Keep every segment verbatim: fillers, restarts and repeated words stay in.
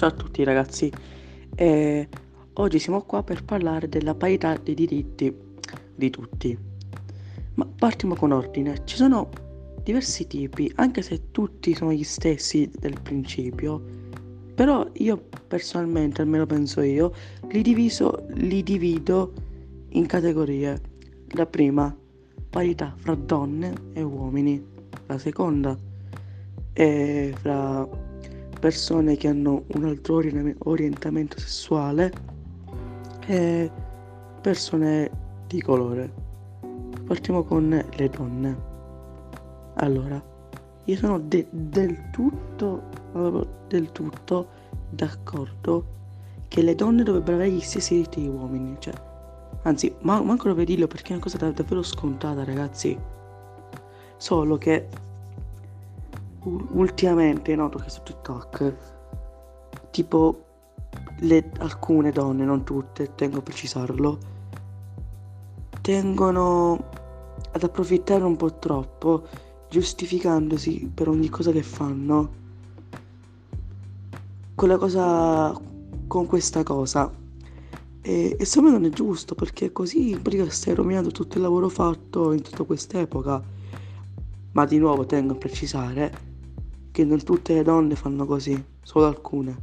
Ciao a tutti ragazzi, e oggi siamo qua per parlare della parità dei diritti di tutti. Ma partiamo con ordine, ci sono diversi tipi, anche se tutti sono gli stessi del principio, però io personalmente, almeno penso io, li, diviso, li divido in categorie. La prima, parità fra donne e uomini. La seconda è fra persone che hanno un altro ori- orientamento sessuale e persone di colore. Partiamo con le donne. Allora, io sono de- del tutto, ma proprio del tutto d'accordo che le donne dovrebbero avere gli stessi diritti degli uomini, cioè, anzi, ma- manco dovrei dirlo perché è una cosa da- davvero scontata, ragazzi. Solo che u- ultimamente noto che su TikTok, tipo, le, alcune donne, non tutte, tengo a precisarlo, tengono ad approfittare un po' troppo, giustificandosi per ogni cosa che fanno con la cosa, con questa cosa. E, e secondo me non è giusto, perché così in pratica stai rovinando tutto il lavoro fatto in tutta quest'epoca. Ma di nuovo tengo a precisare che non tutte le donne fanno così, solo alcune.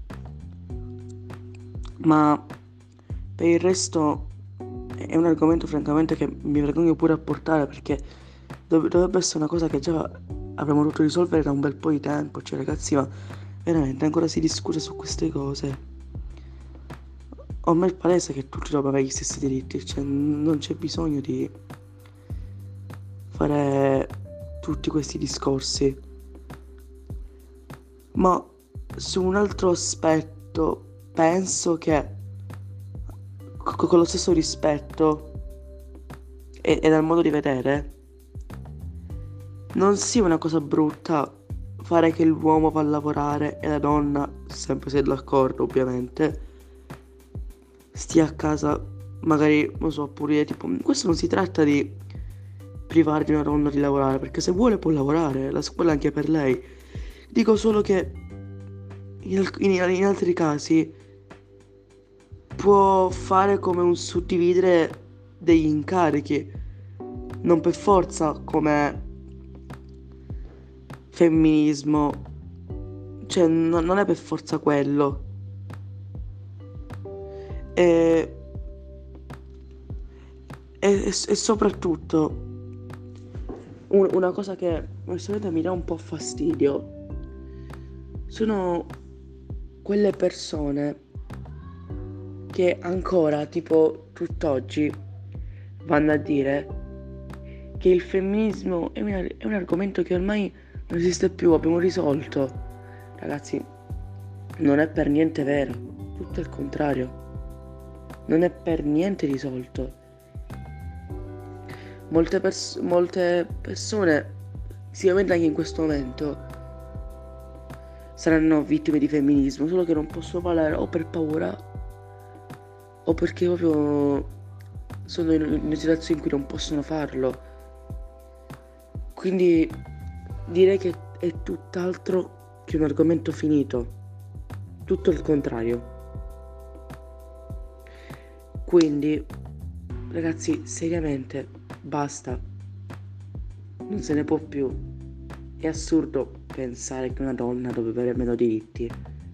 Ma per il resto è un argomento francamente che mi vergogno pure a portare, perché dov- dovrebbe essere una cosa che già avremmo dovuto risolvere da un bel po' di tempo, cioè ragazzi, ma veramente ancora si discute su queste cose. Ormai è palese che tutti dovrebbero avere gli stessi diritti, cioè n- non c'è bisogno di fare tutti questi discorsi. Ma su un altro aspetto penso che co- con lo stesso rispetto e, e dal modo di vedere non sia una cosa brutta fare che l'uomo va a lavorare e la donna, sempre se è d'accordo ovviamente, stia a casa, magari, non so, pure tipo, questo non si tratta di privare di una donna di lavorare, perché se vuole può lavorare, la scuola è anche per lei. Dico solo che in, alc- in- in altri casi può fare come un suddividere degli incarichi, non per forza come femminismo, cioè no- non è per forza quello. E, e, e- e soprattutto un- una cosa che onestamente mi dà un po' fastidio sono quelle persone che ancora, tipo tutt'oggi, vanno a dire che il femminismo è un, è un argomento che ormai non esiste più, abbiamo risolto. Ragazzi, non è per niente vero, tutto il contrario, non è per niente risolto. Molte, pers- molte persone, sicuramente anche in questo momento, saranno vittime di femminismo, solo che non possono parlare o per paura o perché proprio sono in in una situazione in cui non possono farlo. Quindi direi che è tutt'altro che un argomento finito, tutto il contrario. Quindi, ragazzi, seriamente, basta, non se ne può più. È assurdo pensare che una donna dovrebbe avere meno diritti.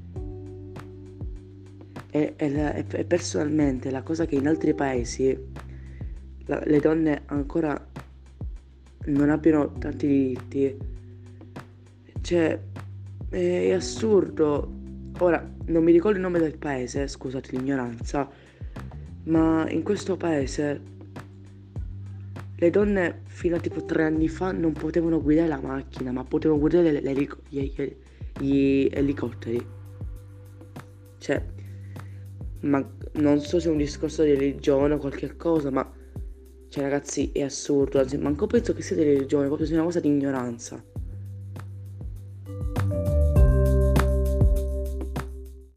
E, e la- e- e personalmente la cosa che in altri paesi la- le donne ancora non abbiano tanti diritti, cioè, è assurdo. Ora, non mi ricordo il nome del paese, scusate l'ignoranza, ma in questo paese le donne fino a tipo tre anni fa non potevano guidare la macchina, ma potevano guidare le- le elico- gli, gli- gli elicotteri. Cioè, ma non so se è un discorso di religione o qualche cosa, ma cioè ragazzi è assurdo, anzi manco penso che sia di religione, proprio sia una cosa di ignoranza.